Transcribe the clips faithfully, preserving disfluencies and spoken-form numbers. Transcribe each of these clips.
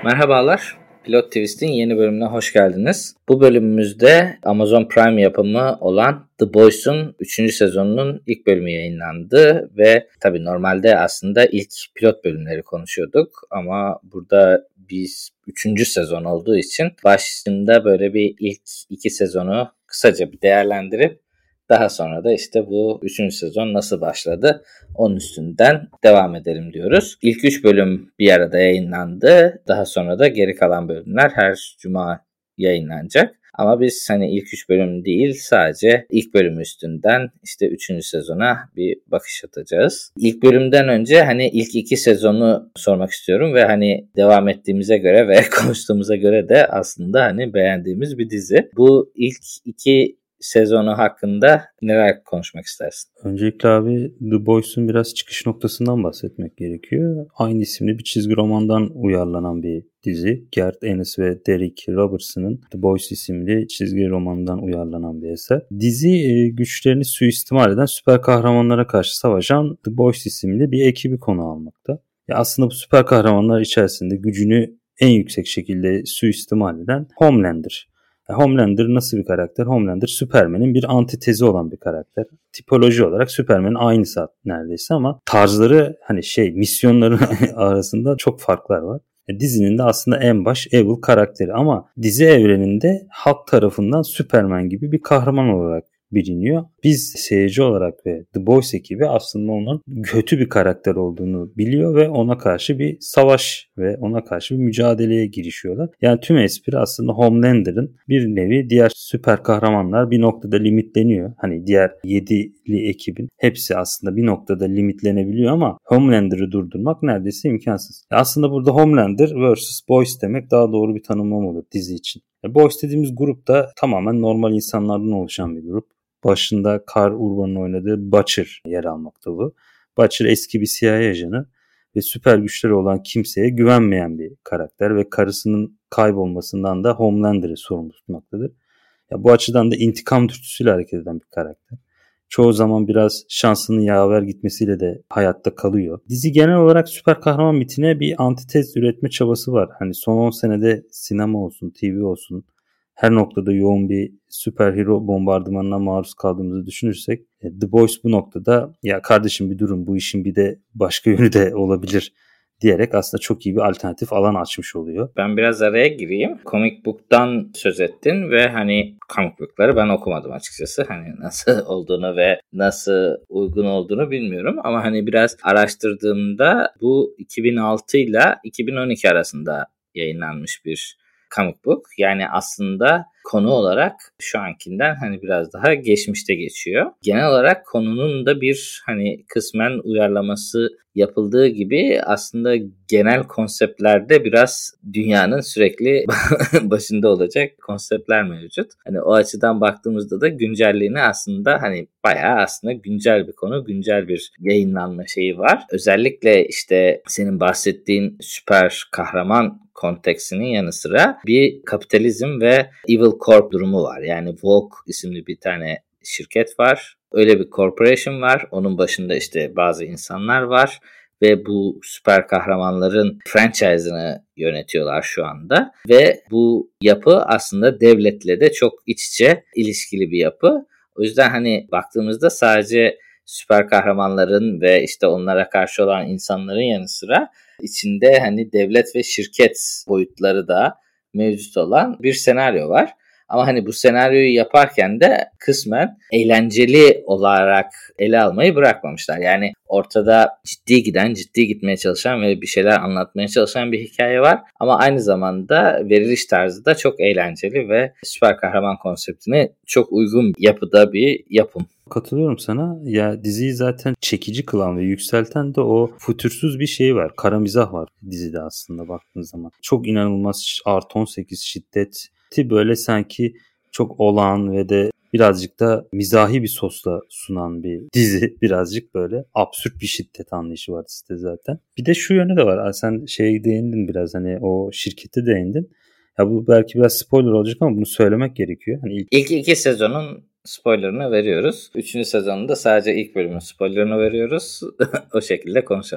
Merhabalar, Pilot Twist'in yeni bölümüne hoş geldiniz. Bu bölümümüzde Amazon Prime yapımı olan The Boys'un üçüncü sezonunun ilk bölümü yayınlandı ve tabii normalde aslında ilk pilot bölümleri konuşuyorduk ama burada biz üçüncü sezon olduğu için başında böyle bir ilk iki sezonu kısaca bir değerlendirip daha sonra da işte bu üçüncü sezon nasıl başladı onun üstünden devam edelim diyoruz. İlk üç bölüm bir arada yayınlandı. Daha sonra da geri kalan bölümler her cuma yayınlanacak. Ama biz hani ilk üç bölüm değil sadece ilk bölüm üstünden işte üçüncü sezona bir bakış atacağız. İlk bölümden önce hani ilk iki sezonu sormak istiyorum ve hani devam ettiğimize göre ve konuştuğumuza göre de aslında hani beğendiğimiz bir dizi. Bu ilk iki sezonu hakkında neler konuşmak istersin? Öncelikle abi The Boys'un biraz çıkış noktasından bahsetmek gerekiyor. Aynı isimli bir çizgi romandan uyarlanan bir dizi. Garth Ennis ve Derek Robertson'ın The Boys isimli çizgi romandan uyarlanan bir eser. Dizi e, güçlerini suistimal eden süper kahramanlara karşı savaşan The Boys isimli bir ekibi konu almakta. Ya aslında bu süper kahramanlar içerisinde gücünü en yüksek şekilde suistimal eden Homelander. Homelander nasıl bir karakter? Homelander Superman'in bir antitezi olan bir karakter. Tipoloji olarak Superman'in aynısı neredeyse ama tarzları hani şey misyonların arasında çok farklar var. E, dizinin de aslında en baş Evil karakteri ama dizi evreninde halk tarafından Superman gibi bir kahraman olarak biliniyor. Biz seyirci olarak ve The Boys ekibi aslında onun kötü bir karakter olduğunu biliyor ve ona karşı bir savaş ve ona karşı bir mücadeleye girişiyorlar. Yani tüm espri aslında Homelander'ın bir nevi diğer süper kahramanlar bir noktada limitleniyor. Hani diğer yedili ekibin hepsi aslında bir noktada limitlenebiliyor ama Homelander'ı durdurmak neredeyse imkansız. Aslında burada Homelander versus Boys demek daha doğru bir tanımlama olur dizi için. Boys dediğimiz grup da tamamen normal insanlardan oluşan bir grup. Başında Karl Urban'ın oynadığı Butcher yer almakta bu. Butcher eski bir C I A ajanı ve süper güçleri olan kimseye güvenmeyen bir karakter ve karısının kaybolmasından da Homelander'ı sorumlu tutmaktadır. Ya bu açıdan da intikam dürtüsüyle hareket eden bir karakter. Çoğu zaman biraz şansının yaver gitmesiyle de hayatta kalıyor. Dizi genel olarak süper kahraman mitine bir antitez üretme çabası var. Hani son on senede sinema olsun, T V olsun her noktada yoğun bir süper hero bombardımanına maruz kaldığımızı düşünürsek The Boys bu noktada ya kardeşim bir durun bu işin bir de başka yönü de olabilir diyerek aslında çok iyi bir alternatif alan açmış oluyor. Ben biraz araya gireyim. Comic Book'tan söz ettin ve hani comic book'ları ben okumadım açıkçası. Hani nasıl olduğunu ve nasıl uygun olduğunu bilmiyorum ama hani biraz araştırdığımda bu iki bin altı ile iki bin on iki arasında yayınlanmış bir comic book. Yani aslında konu olarak şu ankinden hani biraz daha geçmişte geçiyor. Genel olarak konunun da bir hani kısmen uyarlaması yapıldığı gibi aslında genel konseptlerde biraz dünyanın sürekli başında olacak konseptler mevcut. Hani o açıdan baktığımızda da güncelliğini aslında hani bayağı aslında güncel bir konu, güncel bir yayınlanma şeyi var. Özellikle işte senin bahsettiğin süper kahraman konteksinin yanı sıra bir kapitalizm ve Evil Corp durumu var. Yani Vogue isimli bir tane şirket var. Öyle bir corporation var. Onun başında işte bazı insanlar var ve bu süper kahramanların franchise'ını yönetiyorlar şu anda. Ve bu yapı aslında devletle de çok iç içe ilişkili bir yapı. O yüzden hani baktığımızda sadece süper kahramanların ve işte onlara karşı olan insanların yanı sıra içinde hani devlet ve şirket boyutları da mevcut olan bir senaryo var. Ama hani bu senaryoyu yaparken de kısmen eğlenceli olarak ele almayı bırakmamışlar. Yani ortada ciddi giden, ciddi gitmeye çalışan ve bir şeyler anlatmaya çalışan bir hikaye var. Ama aynı zamanda veriliş tarzı da çok eğlenceli ve süper kahraman konseptine çok uygun yapıda bir yapım. Katılıyorum sana. Ya diziyi zaten çekici kılan ve yükselten de o fütursuz bir şey var. Kara mizah var dizide aslında baktığın zaman. Çok inanılmaz artı on sekiz şiddeti böyle sanki çok olağan ve de birazcık da mizahi bir sosla sunan bir dizi. Birazcık böyle absürt bir şiddet anlayışı var dizide zaten. Bir de şu yönü de var. Sen şeye değindin biraz hani o şirkete değindin. Ya bu belki biraz spoiler olacak ama bunu söylemek gerekiyor. Hani ilk... ilk iki sezonun spoilerını veriyoruz. Üçüncü sezonunda sadece ilk bölümün spoilerını veriyoruz. O şekilde konuşalım.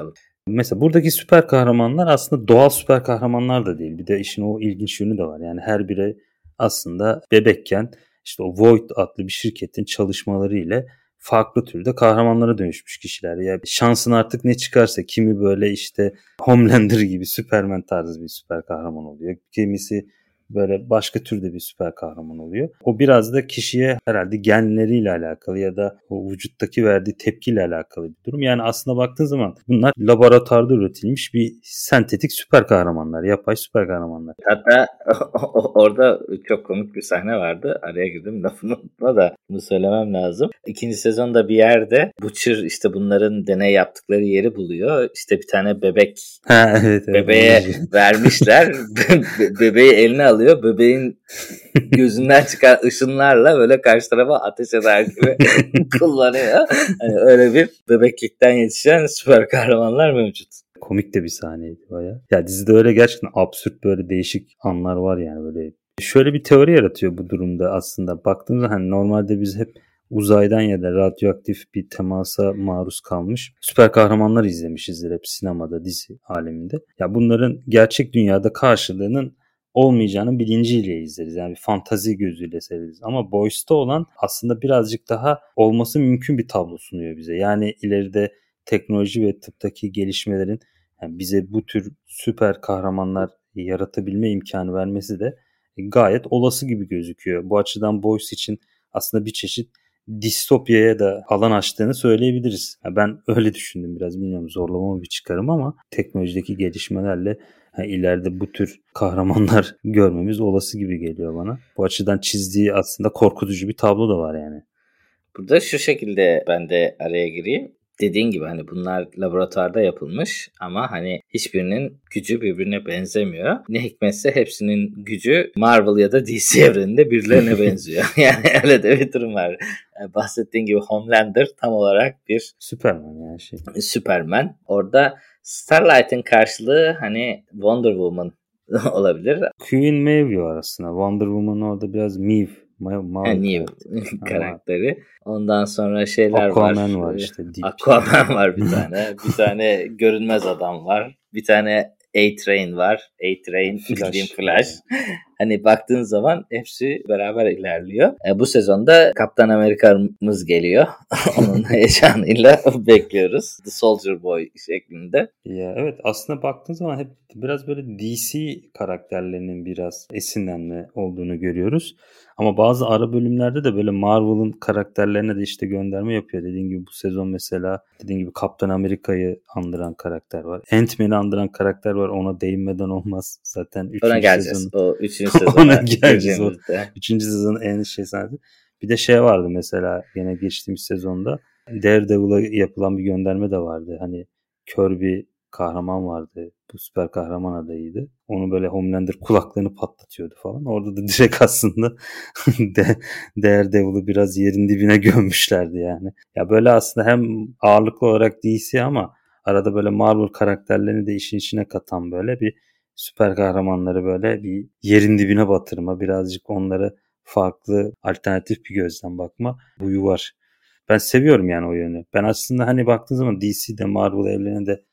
Mesela buradaki süper kahramanlar aslında doğal süper kahramanlar da değil. Bir de işin o ilginç yönü de var. Yani her biri aslında bebekken işte o Void adlı bir şirketin çalışmaları ile farklı türde kahramanlara dönüşmüş kişiler. Ya şansın artık ne çıkarsa, kimi böyle işte Homelander gibi Superman tarzı bir süper kahraman oluyor. Kimisi böyle başka türde bir süper kahraman oluyor. O biraz da kişiye herhalde genleriyle alakalı ya da o vücuttaki verdiği tepkiyle alakalı bir durum. Yani aslında baktığın zaman bunlar laboratuvarda üretilmiş bir sentetik süper kahramanlar, yapay süper kahramanlar. Hatta orada çok komik bir sahne vardı. Araya girdim lafını unutma da bunu söylemem lazım. İkinci sezonda bir yerde Butcher işte bunların deney yaptıkları yeri buluyor. İşte bir tane bebek ha, evet, evet, bebeğe vermişler. Bebeği eline alıyor. Bebeğin gözünden çıkan ışınlarla böyle karşı tarafa ateş eder gibi kullanıyor. Hani öyle bir bebeklikten yetişen süper kahramanlar mevcut. Komik de bir sahneydi baya. Ya dizide öyle gerçekten absürt böyle değişik anlar var yani böyle. Şöyle bir teori yaratıyor bu durumda aslında. Baktığımızda hani normalde biz hep uzaydan ya da radyoaktif bir temasa maruz kalmış süper kahramanlar izlemişizdir hep sinemada, dizi aleminde. Ya bunların gerçek dünyada karşılığının olmayacağının bilinciyle izleriz. Yani bir fantazi gözüyle seyrediz. Ama Boys'ta olan aslında birazcık daha olması mümkün bir tablo sunuyor bize. Yani ileride teknoloji ve tıptaki gelişmelerin yani bize bu tür süper kahramanlar yaratabilme imkanı vermesi de gayet olası gibi gözüküyor. Bu açıdan Boys için aslında bir çeşit distopyaya da alan açtığını söyleyebiliriz. Yani ben öyle düşündüm biraz, bilmiyorum zorlama bir çıkarım ama teknolojideki gelişmelerle yani ileride bu tür kahramanlar görmemiz olası gibi geliyor bana. Bu açıdan çizdiği aslında korkutucu bir tablo da var yani. Burada şu şekilde ben de araya gireyim. Dediğin gibi hani bunlar laboratuvarda yapılmış ama hani hiçbirinin gücü birbirine benzemiyor. Ne hikmetse hepsinin gücü Marvel ya da D C evreninde birbirlerine benziyor. Yani öyle de bir durum var. Yani bahsettiğin gibi Homelander tam olarak bir Superman yani şey. Superman. Orada Starlight'ın karşılığı hani Wonder Woman olabilir. Queen Maeve var aslında. Wonder Woman orada biraz Maeve. New karakteri. Ondan sonra şeyler Aquaman var. var işte. Aquaman var bir tane. Bir tane görünmez adam var. Bir tane A-Train var. A-Train bildiğim Flash. Hani baktığın zaman hepsi beraber ilerliyor. E, bu sezonda Kaptan Amerika'mız geliyor. Onun heyecanıyla bekliyoruz. The Soldier Boy şeklinde. Ya evet, aslında baktığın zaman hep biraz böyle D C karakterlerinin biraz esinlenme olduğunu görüyoruz. Ama bazı ara bölümlerde de böyle Marvel'ın karakterlerine de işte gönderme yapıyor. Dediğim gibi bu sezon mesela dediğim gibi Kaptan Amerika'yı andıran karakter var. Ant-Man'i andıran karakter var. Ona değinmeden olmaz. Zaten Ona geleceğiz. sezon... O üçüncü sezona Ona geleceğiz. O, girdiğimizde. üçüncü sezonun en şey sahnesi. Bir de şey vardı mesela yine geçtiğimiz sezonda Daredevil'a yapılan bir gönderme de vardı. Hani kör bir kahraman vardı. Bu süper kahraman adayıydı. Onu böyle Homelander kulaklarını patlatıyordu falan. Orada da direkt aslında de, Daredevil'ı biraz yerin dibine gömmüşlerdi yani. Ya böyle aslında hem ağırlıklı olarak D C ama arada böyle Marvel karakterlerini de işin içine katan böyle bir süper kahramanları böyle bir yerin dibine batırma. Birazcık onları farklı alternatif bir gözden bakma huyu var. Ben seviyorum yani o yönü. Ben aslında hani baktığın zaman D C'de Marvel evreninde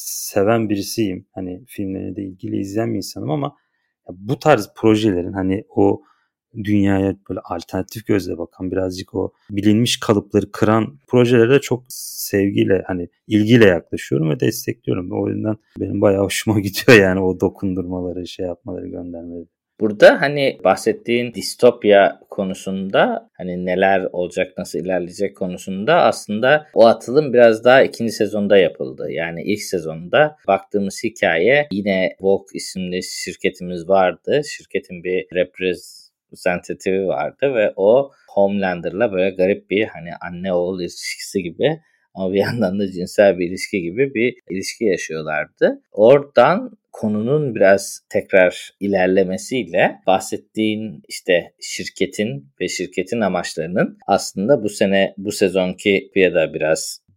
seven birisiyim. Hani filmlerini de ilgili izleyen bir insanım ama bu tarz projelerin hani o dünyaya böyle alternatif gözle bakan, birazcık o bilinmiş kalıpları kıran projelere çok sevgiyle hani ilgiyle yaklaşıyorum ve destekliyorum. O yüzden benim bayağı hoşuma gidiyor yani o dokundurmaları, şey yapmaları, göndermeleri. Burada hani bahsettiğin distopya konusunda hani neler olacak, nasıl ilerleyecek konusunda aslında o atılım biraz daha ikinci sezonda yapıldı. Yani ilk sezonda baktığımız hikaye yine Vogue isimli şirketimiz vardı. Şirketin bir reprezentatifi vardı ve o Homelander'la böyle garip bir hani anne oğul ilişkisi gibi ama bir yandan da cinsel bir ilişki gibi bir ilişki yaşıyorlardı. Oradan konunun biraz tekrar ilerlemesiyle bahsettiğin işte şirketin ve şirketin amaçlarının aslında bu sene bu sezonki ya da biraz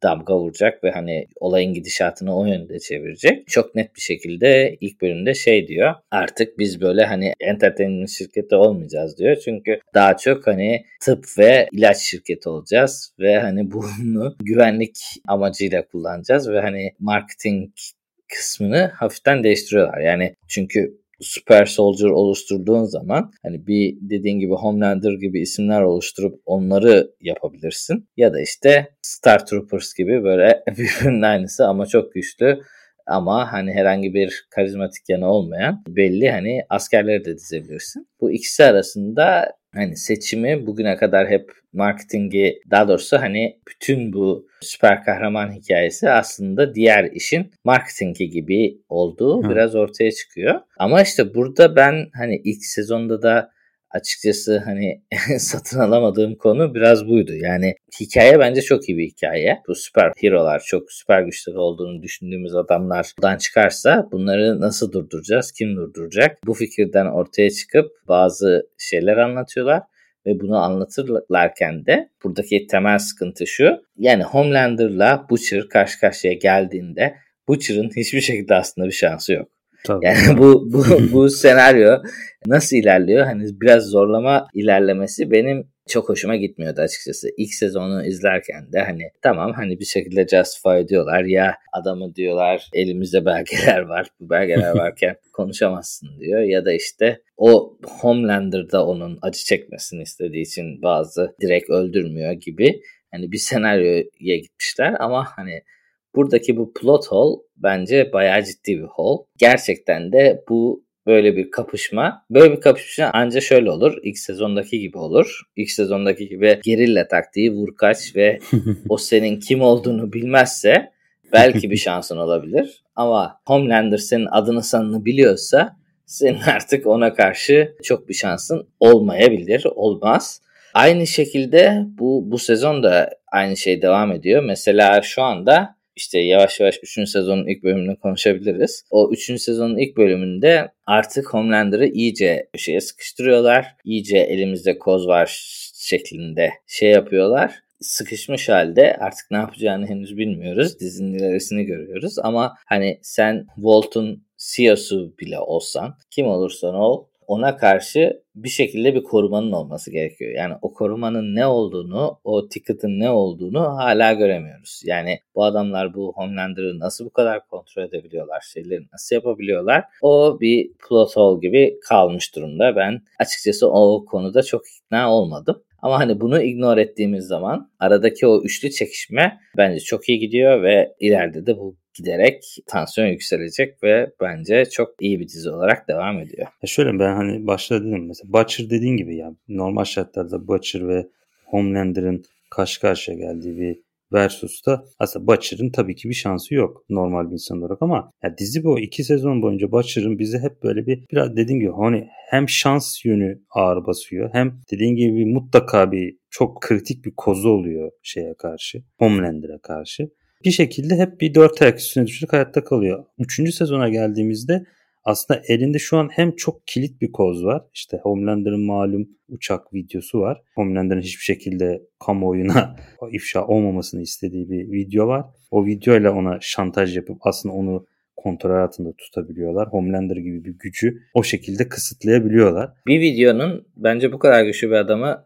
damga vuracak ve hani olayın gidişatını o yönde çevirecek. Çok net bir şekilde ilk bölümde şey diyor. Artık biz böyle hani entertainment şirketi olmayacağız diyor. Çünkü daha çok hani tıp ve ilaç şirketi olacağız ve hani bunu güvenlik amacıyla kullanacağız ve hani marketing kısmını hafiften değiştiriyorlar. Yani çünkü Super Soldier oluşturduğun zaman hani bir dediğin gibi Homelander gibi isimler oluşturup onları yapabilirsin. Ya da işte Star Troopers gibi böyle birbirinin aynısı ama çok güçlü ama hani herhangi bir karizmatik yanı olmayan belli hani askerleri de dizebilirsin. Bu ikisi arasında hani seçimi bugüne kadar hep marketingi, daha doğrusu hani bütün bu süper kahraman hikayesi aslında diğer işin marketingi gibi olduğu Hı. biraz ortaya çıkıyor. Ama işte burada ben hani ilk sezonda da açıkçası hani satın alamadığım konu biraz buydu. Yani hikaye bence çok iyi bir hikaye. Bu süper hero'lar, çok süper güçleri olduğunu düşündüğümüz adamlar buradan çıkarsa bunları nasıl durduracağız? Kim durduracak? Bu fikirden ortaya çıkıp bazı şeyler anlatıyorlar. Ve bunu anlatırlarken de buradaki temel sıkıntı şu. Yani Homelander'la Butcher karşı karşıya geldiğinde Butcher'ın hiçbir şekilde aslında bir şansı yok. Tabii. Yani bu bu bu senaryo nasıl ilerliyor? Hani biraz zorlama ilerlemesi benim çok hoşuma gitmiyordu açıkçası. İlk sezonu izlerken de hani tamam hani bir şekilde justify ediyorlar ya, adamı diyorlar elimizde belgeler var, bu belgeler varken konuşamazsın diyor, ya da işte o Homelander'da onun acı çekmesini istediği için bazı direkt öldürmüyor gibi hani bir senaryoya gitmişler ama hani buradaki bu plot hole bence bayağı ciddi bir hole. Gerçekten de bu böyle bir kapışma. Böyle bir kapışma ancak şöyle olur. İlk sezondaki gibi olur. İlk sezondaki gibi gerilla taktiği, vur kaç ve o senin kim olduğunu bilmezse belki bir şansın olabilir. Ama Homelander senin adını sanını biliyorsa senin artık ona karşı çok bir şansın olmayabilir. Olmaz. Aynı şekilde bu bu sezon da aynı şey devam ediyor. Mesela şu anda İşte yavaş yavaş üçüncü sezonun ilk bölümünü konuşabiliriz. O üçüncü sezonun ilk bölümünde artık Homelander'ı iyice şeye sıkıştırıyorlar. İyice elimizde koz var şeklinde şey yapıyorlar. Sıkışmış halde artık ne yapacağını henüz bilmiyoruz. Dizinin ilerisini görüyoruz ama hani sen Walt'un C E O'su bile olsan, kim olursan ol, ona karşı bir şekilde bir korumanın olması gerekiyor. Yani o korumanın ne olduğunu, o ticket'ın ne olduğunu hala göremiyoruz. Yani bu adamlar bu Homelander'ı nasıl bu kadar kontrol edebiliyorlar, şeyleri nasıl yapabiliyorlar? O bir plot hole gibi kalmış durumda. Ben açıkçası o konuda çok ikna olmadım. Ama hani bunu ignore ettiğimiz zaman aradaki o üçlü çekişme bence çok iyi gidiyor ve ileride de bu giderek tansiyon yükselecek ve bence çok iyi bir dizi olarak devam ediyor. Ya şöyle, ben hani başta dedim mesela Butcher dediğin gibi ya normal şartlarda Butcher ve Homelander'ın karşı karşıya geldiği bir versus'ta aslında Butcher'ın tabii ki bir şansı yok normal bir insan olarak ama ya dizi bu iki sezon boyunca Butcher'ın bizi hep böyle bir biraz dediğin gibi hani hem şans yönü ağır basıyor hem dediğin gibi bir mutlaka bir çok kritik bir kozu oluyor şeye karşı, Homelander'a karşı. Bir şekilde hep bir dört ayak üstüne düşerek hayatta kalıyor. Üçüncü sezona geldiğimizde aslında elinde şu an hem çok kilit bir koz var. İşte Homelander'ın malum uçak videosu var. Homelander'ın hiçbir şekilde kamuoyuna ifşa olmamasını istediği bir video var. O videoyla ona şantaj yapıp aslında onu kontrol altında tutabiliyorlar. Homelander gibi bir gücü o şekilde kısıtlayabiliyorlar. Bir videonun bence bu kadar güçlü bir adamı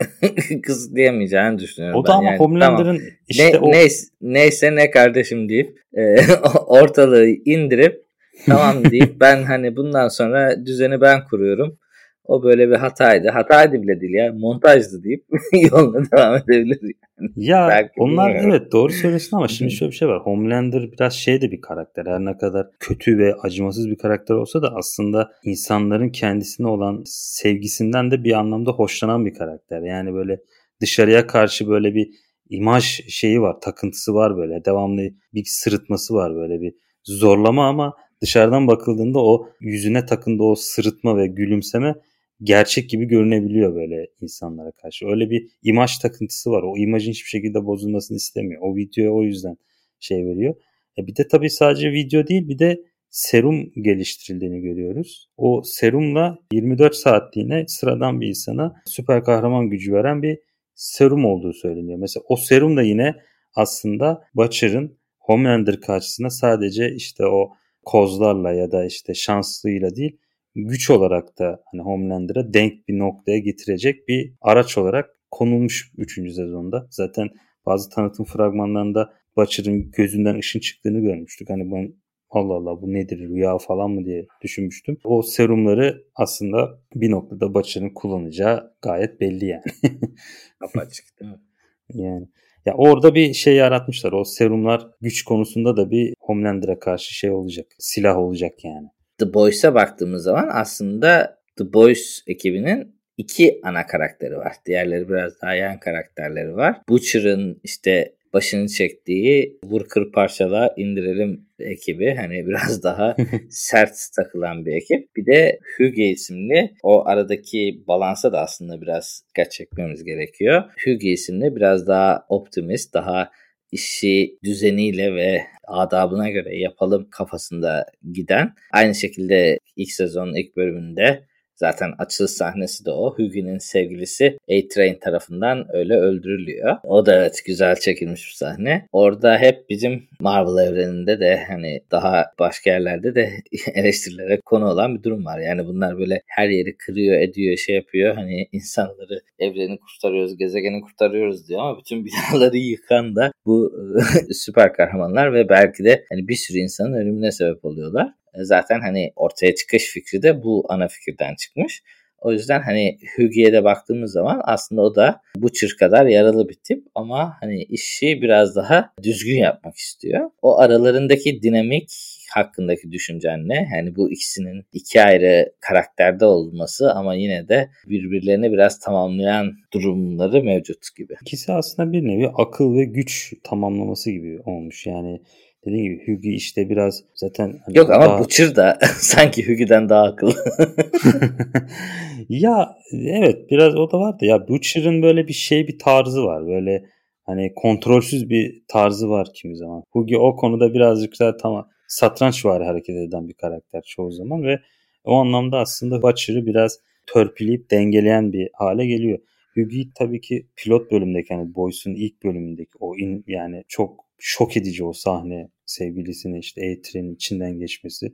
kısıtlayamayacağını düşünüyorum. O da ben. ama Yani, Homelander'ın tamam. işte ne, o... Neyse, neyse ne kardeşim deyip e, ortalığı indirip tamam deyip ben hani bundan sonra düzeni ben kuruyorum. O böyle bir hataydı. Hataydı bile değil ya. Montajdı deyip yoluna devam edebilir. Yani. Ya Belki onlar bilmiyorum. evet doğru söylüyorsun ama şimdi şöyle bir şey var. Homelander biraz şey de bir karakter. Her ne kadar kötü ve acımasız bir karakter olsa da aslında insanların kendisine olan sevgisinden de bir anlamda hoşlanan bir karakter. Yani böyle dışarıya karşı böyle bir imaj şeyi var, takıntısı var böyle. Devamlı bir sırıtması var böyle bir zorlama ama dışarıdan bakıldığında o yüzüne takındığı o sırıtma ve gülümseme gerçek gibi görünebiliyor böyle insanlara karşı. Öyle bir imaj takıntısı var. O imajın hiçbir şekilde bozulmasını istemiyor. O videoya o yüzden şey veriyor. E bir de tabii sadece video değil, bir de serum geliştirildiğini görüyoruz. O serumla yirmi dört saatliğine sıradan bir insana süper kahraman gücü veren bir serum olduğu söyleniyor. Mesela o serum da yine aslında Butcher'ın Homelander karşısına sadece işte o kozlarla ya da işte şanslığıyla değil, güç olarak da hani Homelander'a denk bir noktaya getirecek bir araç olarak konulmuş üçüncü sezonda. Zaten bazı tanıtım fragmanlarında Butcher'ın gözünden ışın çıktığını görmüştük. Hani ben Allah Allah bu nedir, rüya falan mı diye düşünmüştüm. O serumları aslında bir noktada Butcher'ın kullanacağı gayet belli yani. Apaçık değil mi? Yani ya orada bir şey yaratmışlar. O serumlar güç konusunda da bir Homelander'a karşı şey olacak. Silah olacak yani. The Boys'a baktığımız zaman aslında The Boys ekibinin iki ana karakteri var. Diğerleri biraz daha yan karakterleri var. Butcher'ın işte başını çektiği vur kır parçala indirelim ekibi. Hani biraz daha sert takılan bir ekip. Bir de Hughie isimli, o aradaki balansa da aslında biraz dikkat çekmemiz gerekiyor. Hughie isimli biraz daha optimist, daha işi düzeniyle ve adabına göre yapalım kafasında giden. Aynı şekilde ilk sezonun ilk bölümünde zaten açılış sahnesi de o. Hughie'nin sevgilisi A-Train tarafından öyle öldürülüyor. O da evet güzel çekilmiş bir sahne. Orada hep bizim Marvel evreninde de hani daha başka yerlerde de eleştirilere konu olan bir durum var. Yani bunlar böyle her yeri kırıyor, ediyor, şey yapıyor. Hani insanları, evreni kurtarıyoruz, gezegeni kurtarıyoruz diyor ama bütün binaları yıkan da bu süper kahramanlar ve belki de hani bir sürü insanın ölümüne sebep oluyorlar. Zaten hani ortaya çıkış fikri de bu ana fikirden çıkmış. O yüzden hani Hughie'ye de baktığımız zaman aslında o da Butcher kadar yaralı bir tip ama hani işi biraz daha düzgün yapmak istiyor. O aralarındaki dinamik hakkındaki düşüncen ne? Yani bu ikisinin iki ayrı karakterde olması ama yine de birbirlerini biraz tamamlayan durumları mevcut gibi. İkisi aslında bir nevi akıl ve güç tamamlaması gibi olmuş. Yani dediğim gibi Hughie işte biraz zaten... Hani yok ama daha... Butcher da sanki Hughie'den daha akıllı. Ya evet biraz o da var da ya Butcher'ın böyle bir şey bir tarzı var. Böyle hani kontrolsüz bir tarzı var kimi zaman. Hughie o konuda birazcık daha tamam satranç var hareket eden bir karakter çoğu zaman ve o anlamda aslında Butcher'ı biraz törpüleyip dengeleyen bir hale geliyor. Hughie tabii ki pilot bölümdeki hani Boys'un ilk bölümündeki o in, yani çok şok edici o sahne, sevgilisini işte A-Train'in içinden geçmesi.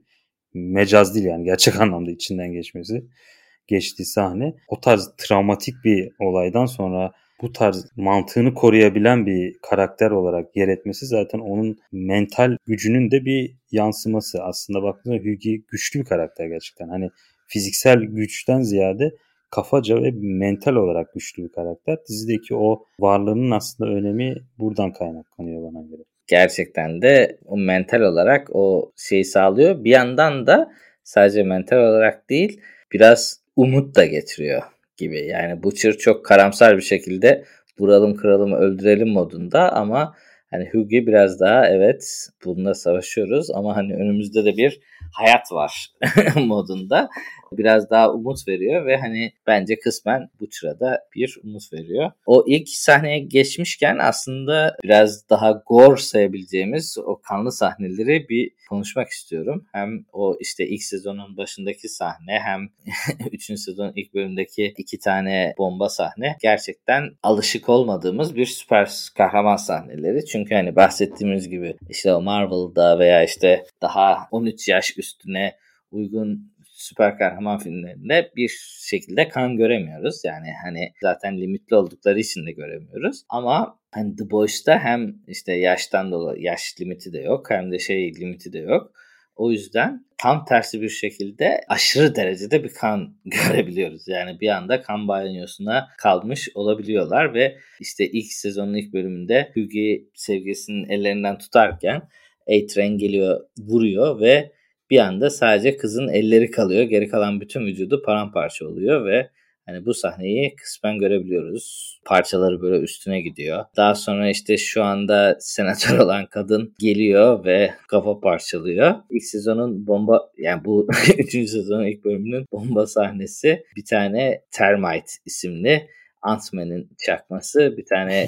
Mecaz değil yani gerçek anlamda içinden geçmesi. Geçtiği sahne. O tarz travmatik bir olaydan sonra bu tarz mantığını koruyabilen bir karakter olarak yer etmesi zaten onun mental gücünün de bir yansıması. Aslında baktığında Hughie güçlü bir karakter gerçekten. Hani fiziksel güçten ziyade kafaca ve mental olarak güçlü bir karakter. Dizideki o varlığının aslında önemi buradan kaynaklanıyor bana göre. Gerçekten de o mental olarak o şeyi sağlıyor. Bir yandan da sadece mental olarak değil biraz umut da getiriyor gibi. Yani Butcher çok karamsar bir şekilde vuralım kıralım öldürelim modunda ama hani Hughie biraz daha evet bununla savaşıyoruz ama hani önümüzde de bir hayat var modunda. Biraz daha umut veriyor ve hani bence kısmen Butcher'a da bir umut veriyor. O ilk sahneye geçmişken aslında biraz daha gore sayabileceğimiz o kanlı sahneleri bir konuşmak istiyorum. Hem o işte ilk sezonun başındaki sahne hem üçüncü sezonun ilk bölümündeki iki tane bomba sahne gerçekten alışık olmadığımız bir süper kahraman sahneleri. Çünkü hani bahsettiğimiz gibi işte o Marvel'da veya işte daha on üç yaş üstüne uygun süper kahraman filmlerinde bir şekilde kan göremiyoruz. Yani hani zaten limitli oldukları için de göremiyoruz. Ama hani The Boys'ta hem işte yaştan dolayı yaş limiti de yok hem de şey limiti de yok. O yüzden tam tersi bir şekilde aşırı derecede bir kan görebiliyoruz. Yani bir anda kan banyosuna kalmış olabiliyorlar ve işte ilk sezonun ilk bölümünde Hughie sevgilisinin ellerinden tutarken A-Train geliyor, vuruyor ve bir anda sadece kızın elleri kalıyor. Geri kalan bütün vücudu paramparça oluyor ve hani bu sahneyi kısmen görebiliyoruz. Parçaları böyle üstüne gidiyor. Daha sonra işte şu anda senatör olan kadın geliyor ve kafa parçalıyor. İlk sezonun bomba yani bu üçüncü sezonun ilk bölümünün bomba sahnesi bir tane Termite isimli Ant-Man'in çakması bir tane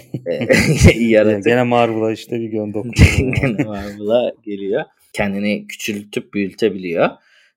e, yaratık. Gene Marvel'a işte bir göndok. Gene Marvel'a geliyor. Kendini küçültüp büyütebiliyor.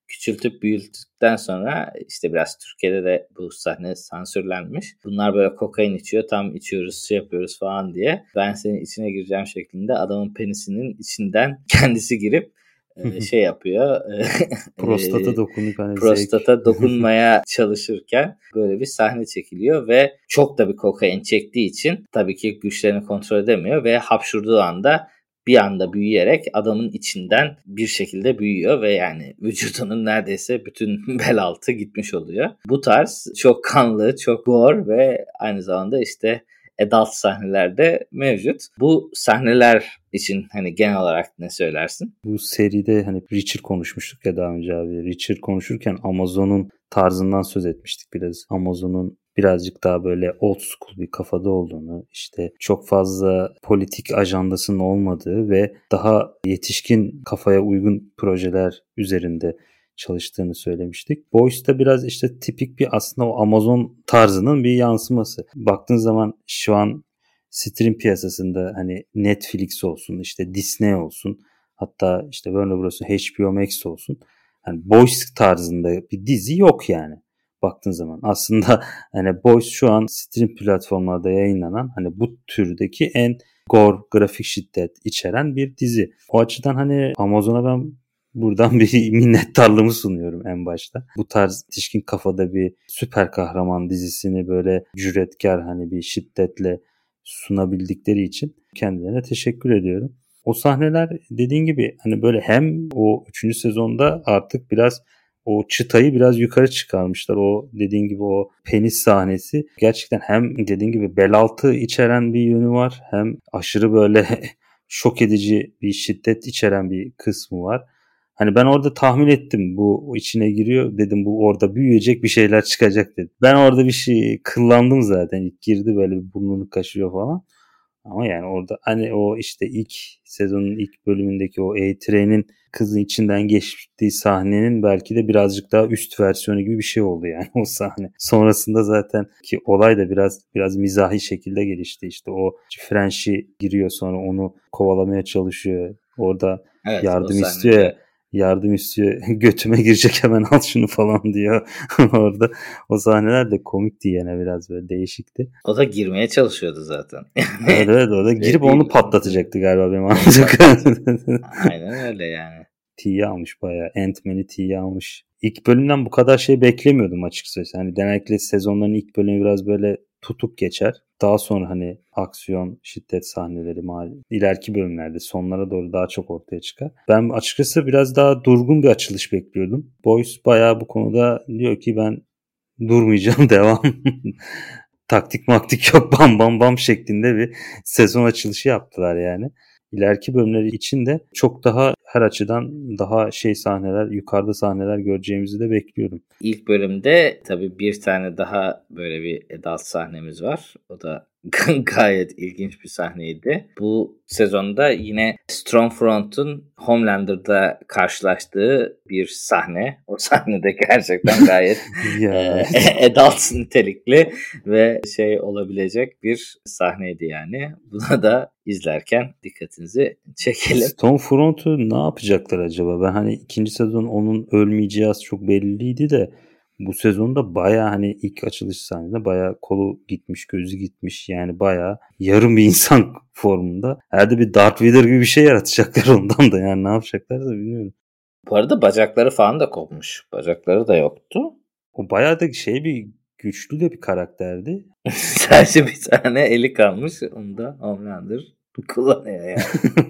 küçültüp büyüttükten sonra işte biraz Türkiye'de de bu sahne sansürlenmiş. Bunlar böyle kokain içiyor, tam içiyoruz, şey yapıyoruz falan diye. Ben senin içine gireceğim şeklinde adamın penisinin içinden kendisi girip şey yapıyor. Prostata dokunup hani prostata zevk. dokunmaya çalışırken böyle bir sahne çekiliyor ve çok da bir kokain çektiği için tabii ki güçlerini kontrol edemiyor ve hapşurduğu anda bir anda büyüyerek adamın içinden bir şekilde büyüyor ve yani vücudunun neredeyse bütün bel altı gitmiş oluyor. Bu tarz çok kanlı, çok gore ve aynı zamanda işte adult sahnelerde mevcut. Bu sahneler için hani genel olarak ne söylersin? Bu seride hani Richard konuşmuştuk ya daha önce abi. Richard konuşurken Amazon'un tarzından söz etmiştik biraz. Amazon'un birazcık daha böyle old school bir kafada olduğunu, işte çok fazla politik ajandasının olmadığı ve daha yetişkin kafaya uygun projeler üzerinde çalıştığını söylemiştik. Boys da biraz işte tipik bir aslında o Amazon tarzının bir yansıması. Baktığın zaman şu an stream piyasasında hani Netflix olsun, işte Disney olsun, hatta işte Warner Bros'un H B O Max olsun. Yani Boys tarzında bir dizi yok yani. Baktığın zaman aslında hani Boys şu an stream platformlarda yayınlanan hani bu türdeki en gore, grafik şiddet içeren bir dizi. O açıdan hani Amazon'a ben buradan bir minnettarlığımı sunuyorum en başta. Bu tarz yetişkin kafada bir süper kahraman dizisini böyle cüretkar hani bir şiddetle sunabildikleri için kendilerine teşekkür ediyorum. O sahneler dediğin gibi hani böyle hem o üçüncü sezonda artık biraz o çıtayı biraz yukarı çıkarmışlar. O dediğin gibi o penis sahnesi gerçekten hem dediğin gibi bel altı içeren bir yönü var, hem aşırı böyle şok edici bir şiddet içeren bir kısmı var. Hani ben orada tahmin ettim bu içine giriyor, dedim bu orada büyüyecek bir şeyler çıkacak dedim. Ben orada bir şey kıllandım zaten, ilk girdi böyle bir burnunu kaşıyor falan. Ama yani orada hani o işte ilk sezonun ilk bölümündeki o A-Train'in kızın içinden geçtiği sahnenin belki de birazcık daha üst versiyonu gibi bir şey oldu yani o sahne. Sonrasında zaten ki olay da biraz biraz mizahi şekilde gelişti. İşte o French'i giriyor, sonra onu kovalamaya çalışıyor. Orada evet, yardım istiyor ya. Yardım istiyor. Götüme girecek, hemen al şunu falan diyor. Orada o sahneler de komikti yine, biraz böyle değişikti. O da girmeye çalışıyordu zaten. Evet evet, o da girip onu patlatacaktı galiba benim anlayacak. Aynen öyle yani. T'yi almış bayağı. Ant-Man'i T'yi almış. İlk bölümden bu kadar şey beklemiyordum açıkçası. Hani genellikle sezonların ilk bölümü biraz böyle tutuk geçer. Daha sonra hani aksiyon, şiddet sahneleri mal ileriki bölümlerde sonlara doğru daha çok ortaya çıkar. Ben açıkçası biraz daha durgun bir açılış bekliyordum. Boys bayağı bu konuda diyor ki ben durmayacağım, devam. Taktik maktik yok, bam bam bam şeklinde bir sezon açılışı yaptılar yani. İleriki bölümleri için de çok daha her açıdan daha şey sahneler, yukarıda sahneler göreceğimizi de bekliyorum. İlk bölümde tabii bir tane daha böyle bir adult sahnemiz var. O da gayet ilginç bir sahneydi. Bu sezonda yine Stormfront'un Homelander'da karşılaştığı bir sahne. O sahnede gerçekten gayet e, adult nitelikli ve şey olabilecek bir sahneydi yani. Buna da izlerken dikkatinizi çekelim. Stormfront'u ne yapacaklar acaba? Ben hani ikinci sezon onun ölmeyeceği az çok belliydi de bu sezonda baya hani ilk açılış sahnesinde baya kolu gitmiş, gözü gitmiş, yani baya yarım bir insan formunda. Herhalde bir Darth Vader gibi bir şey yaratacaklar ondan da, yani ne yapacaklarsa bilmiyorum. Bu arada bacakları falan da kopmuş. Bacakları da yoktu. O bayağı da şey bir güçlü de bir karakterdi. Sadece bir tane eli kalmış. Onu da Homelander kullanıyor yani.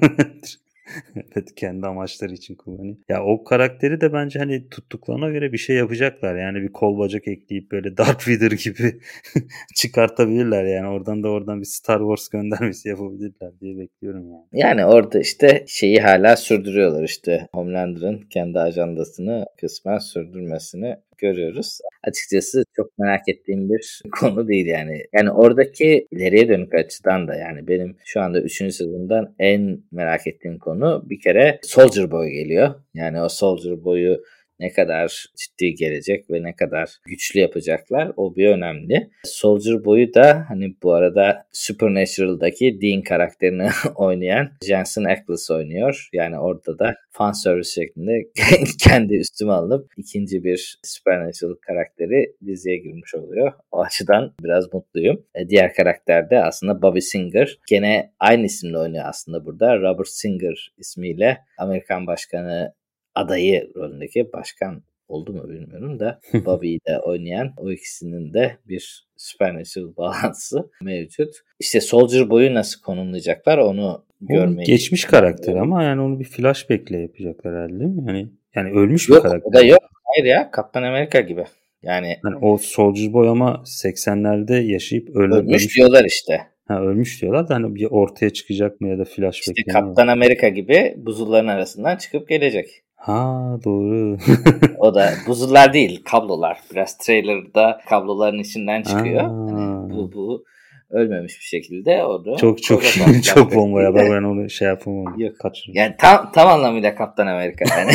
Evet, kendi amaçları için kullanıyor. Ya o karakteri de bence hani tuttuklarına göre bir şey yapacaklar. Yani bir kol bacak ekleyip böyle Darth Vader gibi çıkartabilirler yani. Oradan da oradan bir Star Wars göndermesi yapabilirler diye bekliyorum yani. Yani orada işte şeyi hala sürdürüyorlar, işte Homelander'ın kendi ajandasını kısmen sürdürmesini görüyoruz. Açıkçası çok merak ettiğim bir konu değil yani. Yani oradaki ileriye dönük açıdan da yani benim şu anda üçüncü sezondan en merak ettiğim konu bir kere Soldier Boy geliyor. Yani o Soldier Boy'u ne kadar ciddi gelecek ve ne kadar güçlü yapacaklar, o bir önemli. Soldier Boy'u da hani bu arada Supernatural'daki Dean karakterini oynayan Jensen Ackles oynuyor. Yani orada da fan service şeklinde kendi üstüme alınıp ikinci bir Supernatural karakteri diziye girmiş oluyor. O açıdan biraz mutluyum. E, diğer karakter de aslında Bobby Singer. Gene aynı isimle oynuyor aslında burada. Robert Singer ismiyle Amerikan Başkanı adayı rolündeki, başkan oldu mu bilmiyorum da Bobby'yi de oynayan, o ikisinin de bir Supernatural bağlantısı mevcut. İşte Soldier Boy'u nasıl konumlayacaklar onu görmeyi. Geçmiş karakter ama yani onu bir flashback'le yapacaklar herhalde değil mi? Yani yani ölmüş yok, bir karakter. Yok, o da yok. Hayır ya, Kaptan Amerika gibi. Yani, yani o Soldier Boy ama seksenlerde yaşayıp öl- ölmüş, ölmüş diyorlar işte. Ha ölmüş diyorlar da hani bir ortaya çıkacak mı ya da flashback. İşte Kaptan Amerika gibi buzulların arasından çıkıp gelecek. Ha doğru. O da buzullar değil, kablolar. Biraz trailer'da kabloların içinden çıkıyor. Hani bu bu ölmemiş bir şekilde orada. Çok çok çok bomba ya, ben onu şey yapamam. Yok. Yani tam tam anlamıyla Kaptan Amerika yani.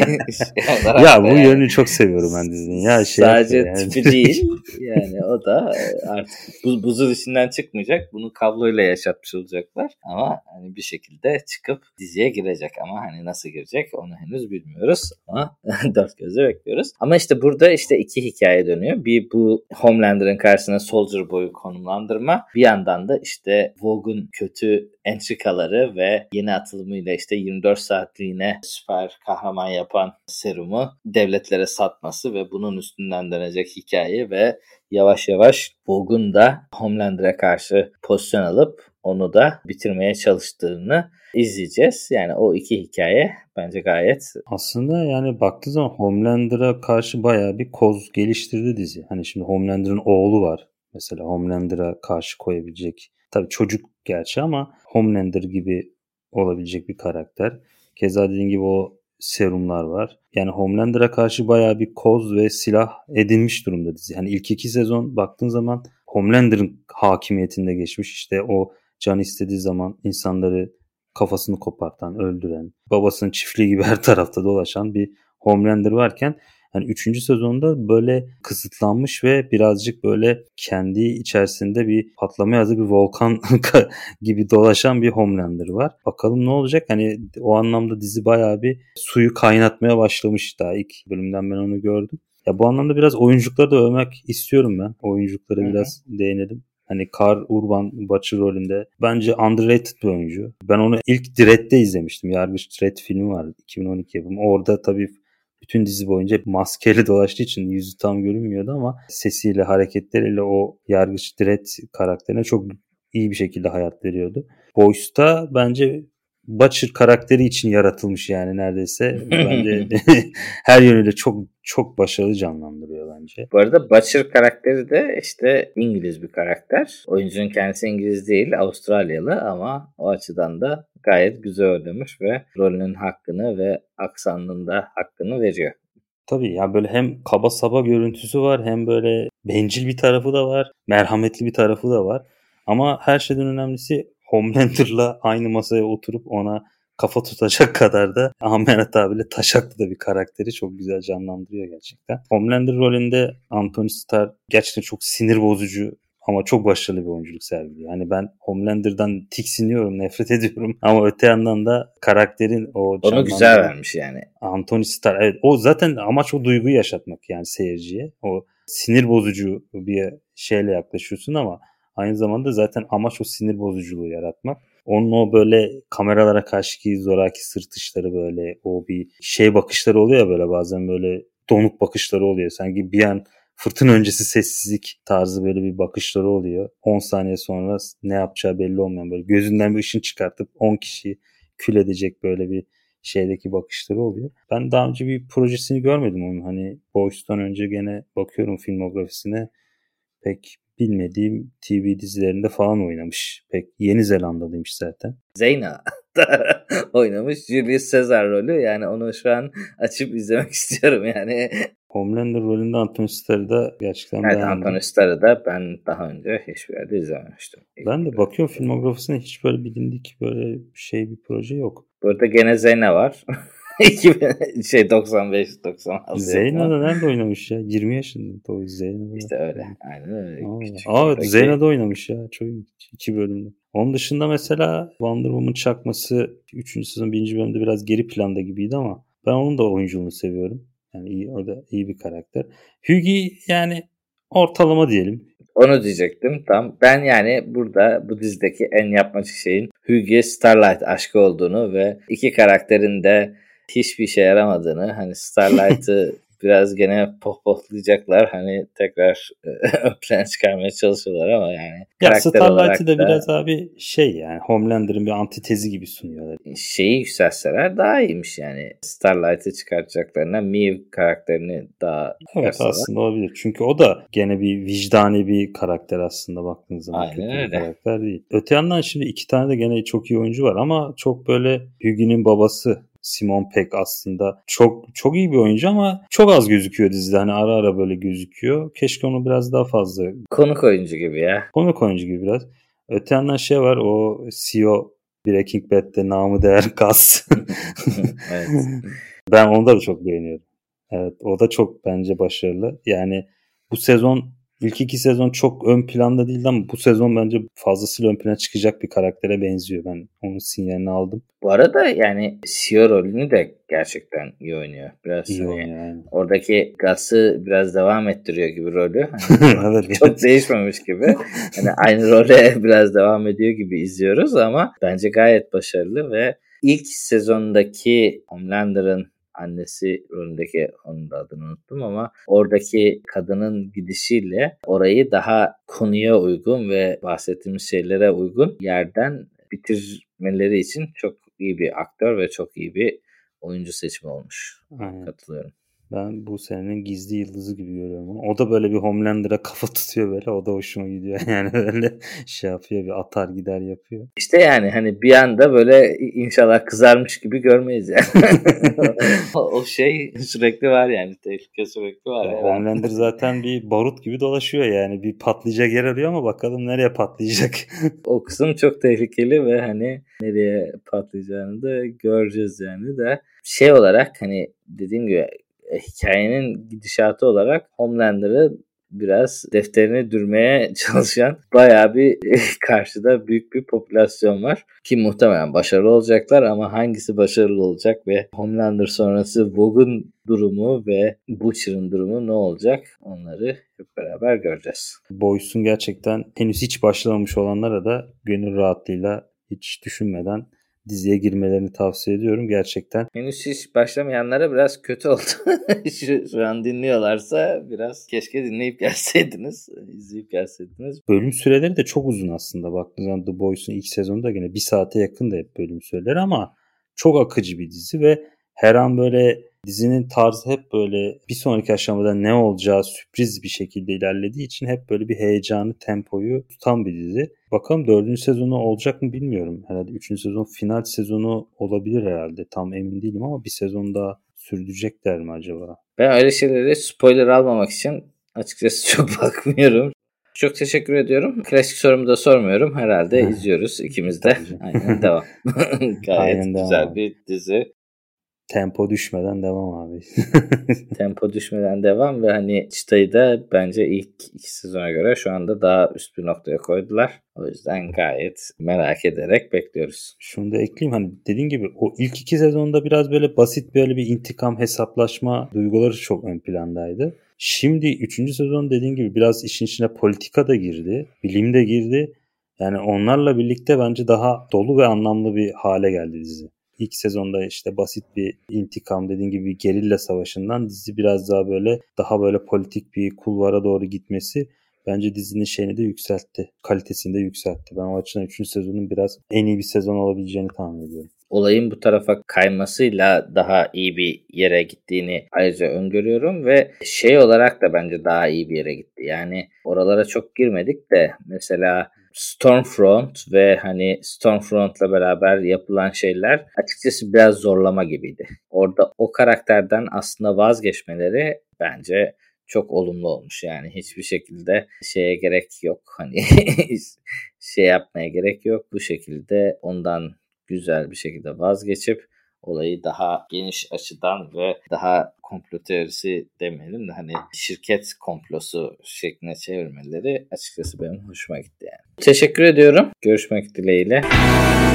şey ya bu yani, yönünü çok seviyorum ben dizinin. Ya şey sadece yani. tipi değil. Yani o da artık buz, buzun içinden çıkmayacak. Bunu kabloyla yaşatmış olacaklar. Ama hani bir şekilde çıkıp diziye girecek, ama hani nasıl girecek onu henüz bilmiyoruz. Ama dört gözle bekliyoruz. Ama işte burada işte iki hikaye dönüyor. Bir bu Homelander'ın karşısına Soldier Boy'u konumlandırma. Bir yandan da işte Vogue'un kötü entrikaları ve yeni atılımıyla işte yirmi dört saatliğine süper kahraman yapan serumu devletlere satması ve bunun üstünden dönecek hikaye ve yavaş yavaş Vogue'un da Homelander'a karşı pozisyon alıp onu da bitirmeye çalıştığını izleyeceğiz. Yani o iki hikaye bence gayet... Aslında yani baktığı zaman Homelander'a karşı bayağı bir koz geliştirdi dizi. Hani şimdi Homelander'ın oğlu var. Mesela Homelander'a karşı koyabilecek. Tabii çocuk gerçi ama Homelander gibi olabilecek bir karakter. Keza dediğin gibi o serumlar var. Yani Homelander'a karşı bayağı bir koz ve silah edinmiş durumda dizi. Hani ilk iki sezon baktığın zaman Homelander'ın hakimiyetinde geçmiş. İşte o can istediği zaman insanları kafasını kopartan, öldüren, babasının çiftliği gibi her tarafta dolaşan bir Homelander varken yani üçüncü sezonda böyle kısıtlanmış ve birazcık böyle kendi içerisinde bir patlamaya hazır bir volkan gibi dolaşan bir Homelander var. Bakalım ne olacak? Hani o anlamda dizi bayağı bir suyu kaynatmaya başlamış daha ilk bölümden, ben onu gördüm. Ya bu anlamda biraz oyunculukları da övmek istiyorum ben. Oyunculuklara Hı-hı. biraz değinelim. Hani Karl Urban Butcher rolünde bence underrated bir oyuncu. Ben onu ilk Dread'de izlemiştim. Yargıç Dredd filmi var, iki bin on iki yapımı. Orada tabii bütün dizi boyunca maskeli dolaştığı için yüzü tam görünmüyordu ama sesiyle, hareketleriyle o Yargıç Dredd karakterine çok iyi bir şekilde hayat veriyordu. Boys'ta bence Butcher karakteri için yaratılmış yani neredeyse. Bence her yönüyle çok çok başarılı canlandırıyor bence. Bu arada Butcher karakteri de işte İngiliz bir karakter. Oyuncunun kendisi İngiliz değil, Avustralyalı, ama o açıdan da gayet güzel oynamış ve rolünün hakkını ve aksanının da hakkını veriyor. Tabii ya, böyle hem kaba saba görüntüsü var, hem böyle bencil bir tarafı da var, merhametli bir tarafı da var. Ama her şeyden önemlisi Homelander'la aynı masaya oturup ona kafa tutacak kadar da Ahmet abiyle taşaklı da bir karakteri çok güzel canlandırıyor gerçekten. Homelander rolünde Anthony Starr gerçekten çok sinir bozucu ama çok başarılı bir oyunculuk sergiliyor. Yani ben Homelander'dan tiksiniyorum, nefret ediyorum. Ama öte yandan da karakterin o onu güzel vermiş yani. Anthony Starr, evet, o zaten amaç o duyguyu yaşatmak yani seyirciye. O sinir bozucu bir şeyle yaklaşıyorsun ama aynı zamanda zaten amaç o sinir bozuculuğu yaratmak. Onun o böyle kameralara karşıki zoraki sırtışları, böyle o bir şey bakışları oluyor ya, böyle bazen böyle donuk bakışları oluyor. Sanki bir an fırtına öncesi sessizlik tarzı böyle bir bakışları oluyor. on saniye sonra ne yapacağı belli olmayan, böyle gözünden bir ışın çıkartıp on kişiyi kül edecek böyle bir şeydeki bakışları oluyor. Ben daha önce bir projesini görmedim onun. Hani Boys'tan önce gene bakıyorum filmografisine. Pek bilmediğim T V dizilerinde falan oynamış. Pek Yeni Zelandalıymış zaten. Zeyna oynamış. Julius Caesar rolü. Yani onu şu an açıp izlemek istiyorum yani. Homelander rolünde Anthony Starr'ı da gerçekten evet, beğendim. Anthony Starr'ı da ben daha önce hiçbir yerde izlememiştim. Ben de bakıyorum filmografisine, hiç böyle bilindik böyle şey bir proje yok. Burada gene Zeyna var. iki bin şey doksan beş doksan altı. Zeyno da nerede oynamış ya? yirmi yaşında. Doğru Zeyno. İşte öyle. Aynen öyle. Aa, Aa Zeyno da oynamış ya. Çok iki bölümde. Onun dışında mesela Wonder Woman çakması üçüncü sezon birinci bölümde biraz geri planda gibiydi ama ben onun da oyunculuğunu seviyorum. Yani iyi, o da iyi bir karakter. Hughie yani ortalama diyelim. Onu diyecektim tam. Ben yani burada bu dizideki en yapmacık şeyin Hughie Starlight aşkı olduğunu ve iki karakterin de hiçbir işe yaramadığını, hani Starlight'ı biraz gene pohpohlayacaklar. Hani tekrar ön plana çıkarmaya çalışıyorlar ama yani ya Starlight'ı da, da biraz abi şey yani Homelander'ın bir antitezi gibi sunuyorlar. Şeyi yükseltseler daha iyiymiş yani. Starlight'ı çıkartacaklarına Mew karakterini daha evet yapsalar. Aslında olabilir. Çünkü o da gene bir vicdani bir karakter aslında baktığınız zaman. Aynen kötü öyle. Bir karakter değil. Öte yandan şimdi iki tane de gene çok iyi oyuncu var ama çok böyle Hughie'nin babası Simon Pegg aslında çok çok iyi bir oyuncu ama çok az gözüküyor dizide. Hani ara ara böyle gözüküyor. Keşke onu biraz daha fazla. Konuk oyuncu gibi ya. Konuk oyuncu gibi biraz. Öte yandan şey var, o C E O Breaking Bad'de namı değer Gus. Evet. Ben onu da çok beğeniyorum. Evet, o da çok bence başarılı. Yani bu sezon ilk iki sezon çok ön planda değildi ama bu sezon bence fazlasıyla ön plana çıkacak bir karaktere benziyor. Ben onun sinyalini aldım. Bu arada yani C E O rolünü de gerçekten iyi oynuyor. Biraz iyi hani oynuyor yani. Oradaki Gus'ı biraz devam ettiriyor gibi rolü. Hani evet, çok evet. değişmemiş gibi. Hani aynı role biraz devam ediyor gibi izliyoruz ama bence gayet başarılı ve ilk sezondaki Homelander'ın annesi rolündeki, onun da adını unuttum ama oradaki kadının gidişiyle orayı daha konuya uygun ve bahsettiğimiz şeylere uygun yerden bitirmeleri için çok iyi bir aktör ve çok iyi bir oyuncu seçimi olmuş. Aynen. Katılıyorum. Ben bu senenin gizli yıldızı gibi görüyorum onu. O da böyle bir Homelander'a kafa tutuyor böyle. O da hoşuma gidiyor. Yani böyle şey yapıyor, bir atar gider yapıyor. İşte yani hani bir anda böyle inşallah kızarmış gibi görmeyiz yani. o, o şey sürekli var yani. Tehlike sürekli var. Ya Homelander zaten bir barut gibi dolaşıyor yani. Bir patlayacak yer arıyor ama bakalım nereye patlayacak. O kısım çok tehlikeli ve hani nereye patlayacağını da göreceğiz yani de. Şey olarak hani dediğim gibi hikayenin gidişatı olarak Homelander'ı biraz defterini dürmeye çalışan bayağı bir karşıda büyük bir popülasyon var. Ki muhtemelen başarılı olacaklar ama hangisi başarılı olacak ve Homelander sonrası Vogue'un durumu ve Butcher'ın durumu ne olacak, onları hep beraber göreceğiz. Boys'un gerçekten henüz hiç başlamamış olanlara da gönül rahatlığıyla hiç düşünmeden diziye girmelerini tavsiye ediyorum gerçekten. Henüz hiç başlamayanlara biraz kötü oldu. şu, şu an dinliyorlarsa biraz keşke dinleyip gelseydiniz. İzleyip gelseydiniz. Bölüm süreleri de çok uzun aslında. Baktığınız zaman The Boys'un ilk sezonu da gene bir saate yakın da hep bölüm süreleri ama çok akıcı bir dizi ve her an böyle dizinin tarzı hep böyle bir sonraki aşamada ne olacağı sürpriz bir şekilde ilerlediği için hep böyle bir heyecanı, tempoyu tutan bir dizi. Bakalım dördüncü sezonu olacak mı bilmiyorum. Herhalde üçüncü sezon final sezonu olabilir herhalde. Tam emin değilim ama bir sezon daha sürdürecekler mi acaba? Ben öyle şeyleri spoiler almamak için açıkçası çok bakmıyorum. Çok teşekkür ediyorum. Klasik sorumu da sormuyorum. Herhalde izliyoruz ikimiz de. Aynen devam. Gayet Aynen güzel devam. bir dizi. Tempo düşmeden devam abi. Tempo düşmeden devam ve hani çıtayı da bence ilk iki sezona göre şu anda daha üst bir noktaya koydular. O yüzden gayet merak ederek bekliyoruz. Şunu da ekleyeyim, hani dediğin gibi o ilk iki sezonda biraz böyle basit böyle bir intikam, hesaplaşma duyguları çok ön plandaydı. Şimdi üçüncü sezon dediğin gibi biraz işin içine politika da girdi, bilim de girdi. Yani onlarla birlikte bence daha dolu ve anlamlı bir hale geldi dizi. İlk sezonda işte basit bir intikam, dediğin gibi bir gerilla savaşından dizi biraz daha böyle daha böyle politik bir kulvara doğru gitmesi bence dizinin şeyini de yükseltti. Kalitesini de yükseltti. Ben o açıdan üçüncü sezonun biraz en iyi bir sezon olabileceğini tahmin ediyorum. Olayın bu tarafa kaymasıyla daha iyi bir yere gittiğini ayrıca öngörüyorum ve şey olarak da bence daha iyi bir yere gitti. Yani oralara çok girmedik de mesela Stormfront ve hani Stormfront'la beraber yapılan şeyler açıkçası biraz zorlama gibiydi. Orada o karakterden aslında vazgeçmeleri bence çok olumlu olmuş. Yani hiçbir şekilde şeye gerek yok. Hani şey yapmaya gerek yok. Bu şekilde ondan güzel bir şekilde vazgeçip olayı daha geniş açıdan ve daha komplo teorisi demeyelim de hani şirket komplosu şekline çevirmeleri açıkçası benim hoşuma gitti yani. Teşekkür ediyorum. Görüşmek dileğiyle.